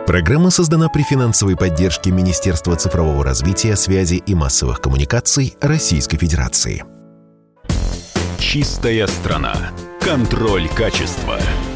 Программа создана при финансовой поддержке Министерства цифрового развития, связи и массовых коммуникаций Российской Федерации. Чистая страна. Контроль качества.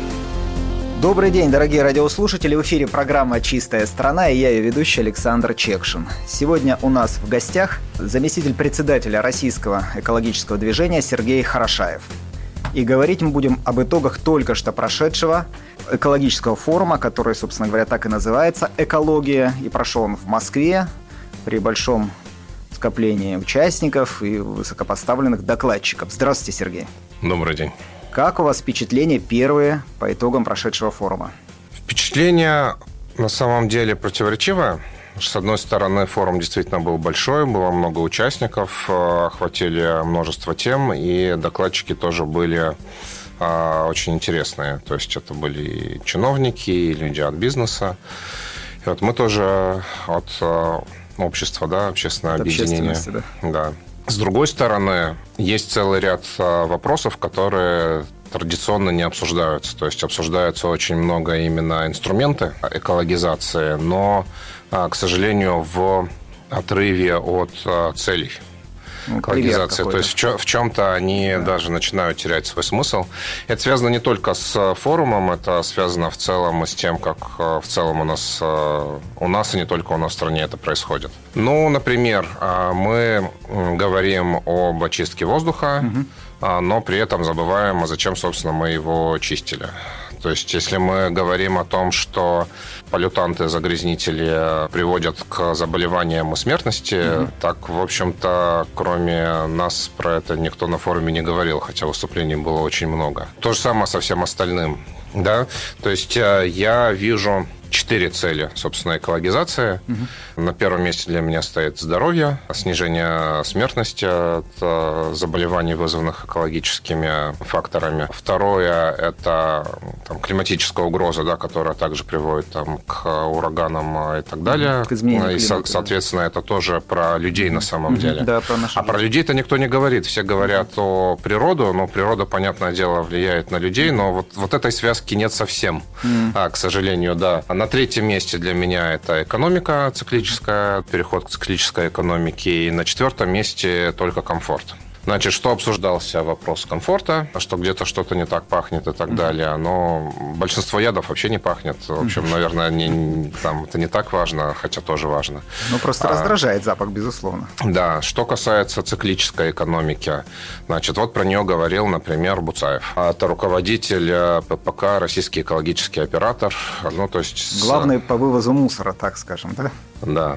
Добрый день, дорогие радиослушатели. В эфире программа «Чистая страна» и я, ее ведущий Александр Чекшин. Сегодня у нас в гостях заместитель председателя Российского экологического движения Сергей Хорошаев. И говорить мы будем об итогах только что прошедшего экологического форума, который, собственно говоря, так и называется «Экология». И прошел он в Москве при большом скоплении участников и высокопоставленных докладчиков. Здравствуйте, Сергей. Добрый день. Как у вас впечатления первые по итогам прошедшего форума? Впечатление на самом деле противоречивое. С одной стороны, форум действительно был большой, было много участников, охватили множество тем, и докладчики тоже были очень интересные. То есть это были и чиновники, и люди от бизнеса. И вот мы тоже от общества, да, общественное объединение. Да. С другой стороны, есть целый ряд вопросов, которые традиционно не обсуждаются. То есть обсуждаются очень много именно инструменты экологизации, но, к сожалению, в отрыве от целей экологизации. То есть в чем-то они даже начинают терять свой смысл. Это связано не только с форумом, это связано в целом и с тем, как в целом у нас и не только у нас в стране это происходит. Ну, например, мы говорим об очистке воздуха, но при этом забываем, а зачем, собственно, мы его чистили. То есть, если мы говорим о том, что полютанты, загрязнители приводят к заболеваниям и смертности, так, в общем-то, кроме нас про это никто на форуме не говорил, хотя выступлений было очень много. То же самое со всем остальным. Да? То есть, я вижу 4 цели, собственно, экологизации. На первом месте для меня стоит здоровье, снижение смертности от заболеваний, вызванных экологическими факторами. Второе – это климатическая угроза, да, которая также приводит к ураганам и так далее. И, соответственно, это тоже про людей на самом деле. Да, про людей-то никто не говорит. Все говорят о природе, но природа, понятное дело, влияет на людей, но вот этой связки нет совсем, к сожалению, да. На третьем месте для меня это экономика циклическая, переход к циклической экономике. И на четвертом месте только комфорт. Значит, что обсуждался? Вопрос комфорта, что где-то что-то не так пахнет и так далее. Но большинство ядов вообще не пахнет. В общем, наверное, это не так важно, хотя тоже важно. Ну, просто раздражает запах, безусловно. Да. Что касается циклической экономики, значит, вот про нее говорил, например, Буцаев. Это руководитель ППК, российский экологический оператор. Ну, то есть главный по вывозу мусора, так скажем, да? Да.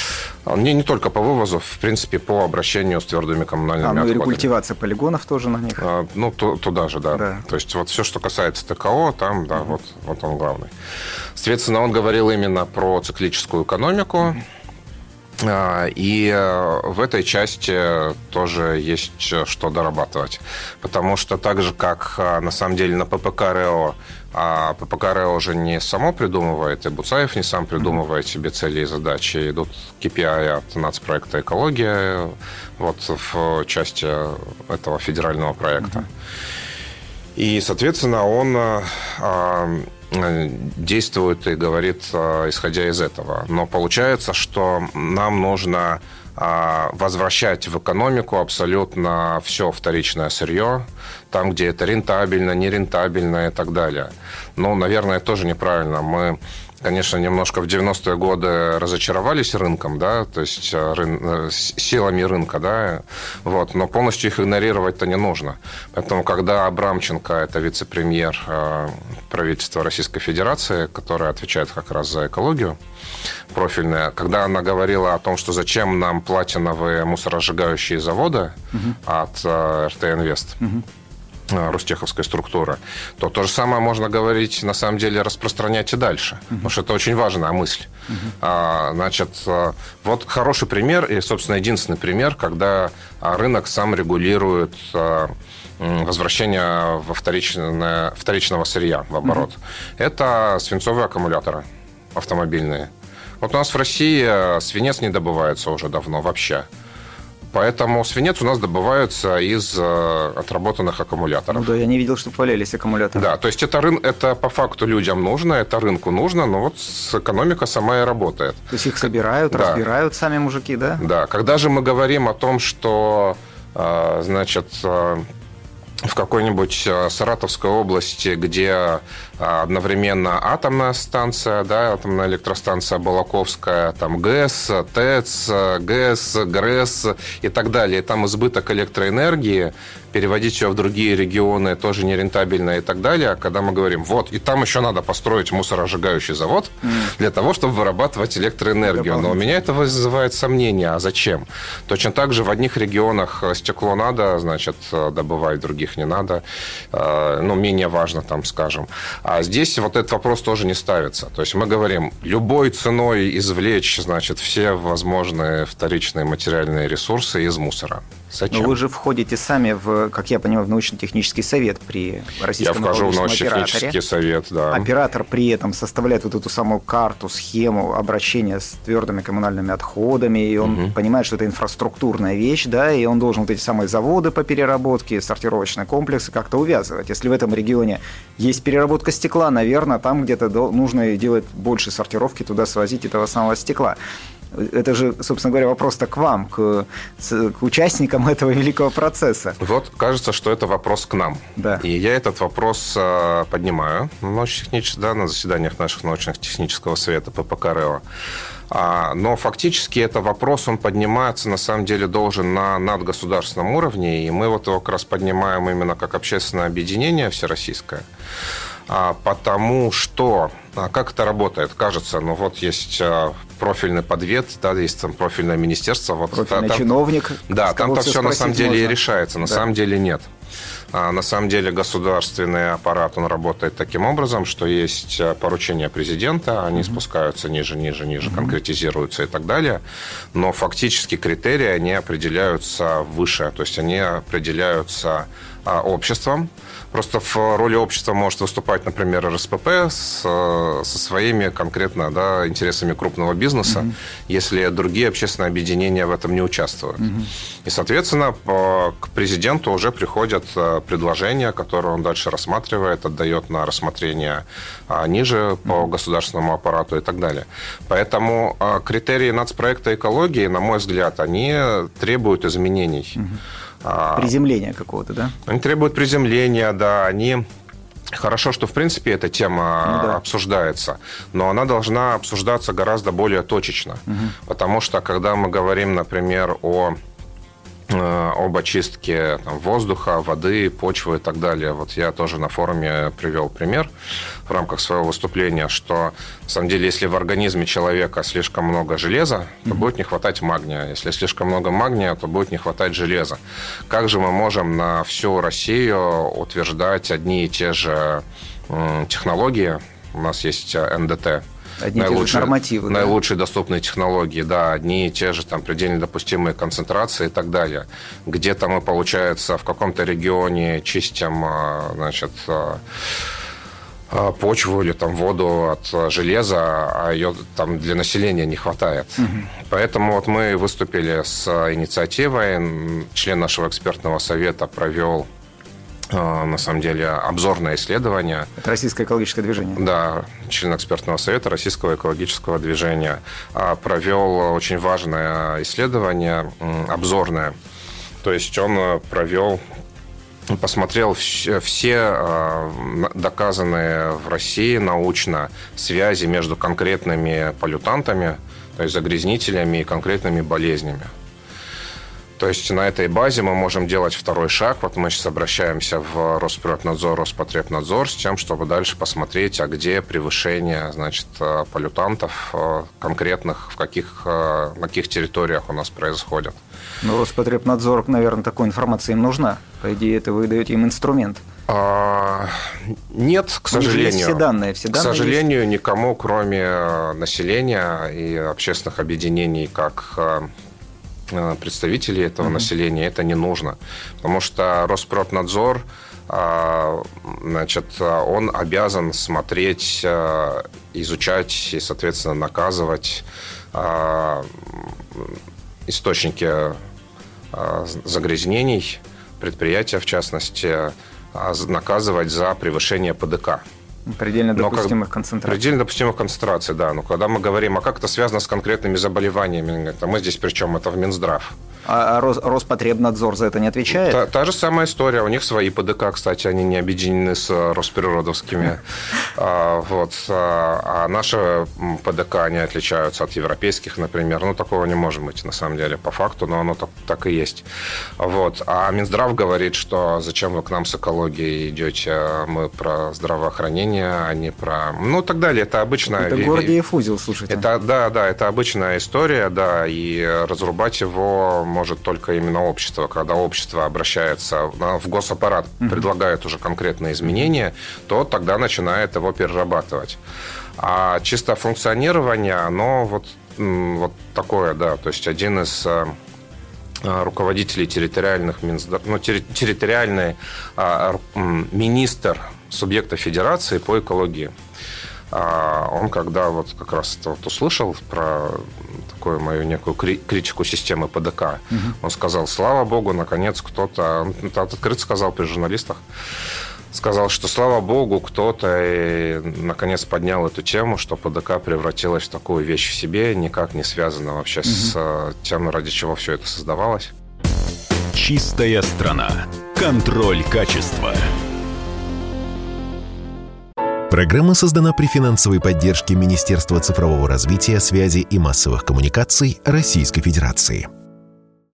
Не только по вывозу, в принципе, по обращению с твердыми коммунальными отходами. И рекультивация полигонов тоже на них? Туда же, да. То есть, вот все, что касается ТКО, там, да, вот он главный. Соответственно, он говорил именно про циклическую экономику. И в этой части тоже есть что дорабатывать. Потому что так же, как на самом деле на ППК РЭО, а ППК РЭО уже не само придумывает, и Буцаев не сам придумывает себе цели и задачи. Идут KPI от нацпроекта «Экология» вот в части этого федерального проекта. И, соответственно, он действует и говорит, исходя из этого. Но получается, что нам нужно возвращать в экономику абсолютно все вторичное сырье, там, где это рентабельно, нерентабельно и так далее. Но, наверное, тоже неправильно. Мы, конечно, немножко в 90-е годы разочаровались рынком, да, то есть силами рынка, да, вот, но полностью их игнорировать-то не нужно. Поэтому, когда Абрамченко, это вице-премьер правительства Российской Федерации, которая отвечает как раз за экологию, профильная, когда она говорила о том, что зачем нам платиновые мусоросжигающие заводы от РТ Инвест, Ростеховской структуры, то же самое можно говорить, на самом деле, распространять и дальше. Потому что это очень важная мысль. Значит, вот хороший пример, и, собственно, единственный пример, когда рынок сам регулирует возвращение вторичного сырья в оборот. Это свинцовые аккумуляторы автомобильные. Вот у нас в России свинец не добывается уже давно вообще. Поэтому свинец у нас добывается из отработанных аккумуляторов. Ну да, я не видел, чтобы валялись аккумуляторы. Да, то есть это по факту людям нужно, это рынку нужно, но вот экономика сама и работает. То есть их собирают, Да. разбирают сами мужики, да? Да, когда же мы говорим о том, что, значит, в какой-нибудь Саратовской области, где одновременно атомная станция, да, атомная электростанция Балаковская, там ГЭС, ТЭЦ, ГЭС, ГРЭС и так далее. И там избыток электроэнергии, переводить ее в другие регионы тоже нерентабельно и так далее. А когда мы говорим, вот, и там еще надо построить мусоросжигающий завод для того, чтобы вырабатывать электроэнергию. Но у меня это вызывает сомнения, а зачем? Точно так же в одних регионах стекло надо, значит, добывать, в других не надо. Ну, менее важно там, скажем. А здесь вот этот вопрос тоже не ставится. То есть мы говорим, любой ценой извлечь, значит, все возможные вторичные материальные ресурсы из мусора. Зачем? Но вы же входите сами в, как я понимаю, в научно-технический совет при Российском Я вхожу в экологическом научно-технический совет, да. Оператор при этом составляет вот эту самую карту, схему обращения с твердыми коммунальными отходами, и он понимает, что это инфраструктурная вещь, да, и он должен вот эти самые заводы по переработке, сортировочные комплексы как-то увязывать. Если в этом регионе есть переработка стекла, наверное, там где-то нужно делать больше сортировки, туда свозить этого самого стекла. Это же, собственно говоря, вопрос-то к вам, к участникам этого великого процесса. Вот кажется, что это вопрос к нам. Да. И я этот вопрос поднимаю на заседаниях наших научно-технического совета ППК РЭО. Но фактически этот вопрос, он поднимается, на самом деле, должен на надгосударственном уровне. И мы вот его как раз поднимаем именно как общественное объединение всероссийское. Потому что, как это работает? Кажется, ну вот есть профильный подвед, да, есть там профильное министерство. Вот профильный чиновник. Да, там-то все на самом деле и решается. На Да. самом деле нет. На самом деле государственный аппарат, он работает таким образом, что есть поручения президента, они спускаются ниже, конкретизируются и так далее. Но фактически критерии, они определяются выше. То есть они определяются обществом. Просто в роли общества может выступать, например, РСПП со своими конкретно, да, интересами крупного бизнеса, если другие общественные объединения в этом не участвуют. И, соответственно, к президенту уже приходят предложения, которые он дальше рассматривает, отдает на рассмотрение ниже по государственному аппарату и так далее. Поэтому критерии нацпроекта экологии, на мой взгляд, они требуют изменений. Приземления какого-то, да? Они требуют приземления, да, они... Хорошо, что, в принципе, эта тема обсуждается, но она должна обсуждаться гораздо более точечно, потому что, когда мы говорим, например, об очистке там, воздуха, воды, почвы и так далее. Вот я тоже на форуме привел пример в рамках своего выступления, что, на самом деле, если в организме человека слишком много железа, то будет не хватать магния. Если слишком много магния, то будет не хватать железа. Как же мы можем на всю Россию утверждать одни и те же технологии? У нас есть НДТ. Одни и те же нормативы. Наилучшие доступные технологии, да, одни и те же там предельно допустимые концентрации и так далее. Где-то мы, получается, в каком-то регионе чистим, значит, почву или там воду от железа, а ее там для населения не хватает. Поэтому вот мы выступили с инициативой. Член нашего экспертного совета провел, на самом деле, обзорное исследование. Это Российское экологическое движение. Да, член экспертного совета Российского экологического движения провел очень важное исследование, обзорное. То есть он посмотрел все доказанные в России научно связи между конкретными поллютантами, то есть загрязнителями и конкретными болезнями. То есть на этой базе мы можем делать второй шаг. Вот мы сейчас обращаемся в Росприроднадзор, Роспотребнадзор с тем, чтобы дальше посмотреть, а где превышение, значит, поллютантов конкретных, на каких территориях у нас происходят. Но Роспотребнадзор, наверное, такой информации им нужна. По идее, это вы даете им инструмент. Нет, к сожалению. Есть все данные. К сожалению, есть. Никому, кроме населения и общественных объединений, как представителей этого населения, это не нужно. Потому что Росприроднадзор, значит, он обязан смотреть, изучать и, соответственно, наказывать источники загрязнений, предприятия, в частности, наказывать за превышение ПДК. Предельно допустимых концентраций. Предельно допустимых концентраций, да. Но когда мы говорим, а как это связано с конкретными заболеваниями, а мы здесь при чем? Это в Минздрав. А Роспотребнадзор за это не отвечает? Та же самая история. У них свои ПДК, кстати, они не объединены с Росприродовскими. А наши ПДК, они отличаются от европейских, например. Ну, такого не может быть, на самом деле, по факту, но оно так и есть. А Минздрав говорит, что зачем вы к нам с экологией идете? Мы про здравоохранение, а не про... Ну, так далее. Это обычная... Это Гордиев узел, слушайте. Это обычная история, да, и разрубать его может только именно общество. Когда общество обращается в госаппарат, предлагает уже конкретные изменения, то тогда начинает его перерабатывать. А чисто функционирование, оно вот такое, да. То есть один из руководителей территориальных территориальный министр субъекта федерации по экологии. Он когда как раз услышал про такую мою некую критику системы ПДК, он сказал, слава богу, наконец кто-то, открыто сказал при журналистах, сказал, что слава богу, кто-то наконец поднял эту тему, что ПДК превратилась в такую вещь в себе, никак не связана вообще с тем, ради чего все это создавалось. Чистая страна. Контроль качества. Программа создана при финансовой поддержке Министерства цифрового развития, связи и массовых коммуникаций Российской Федерации.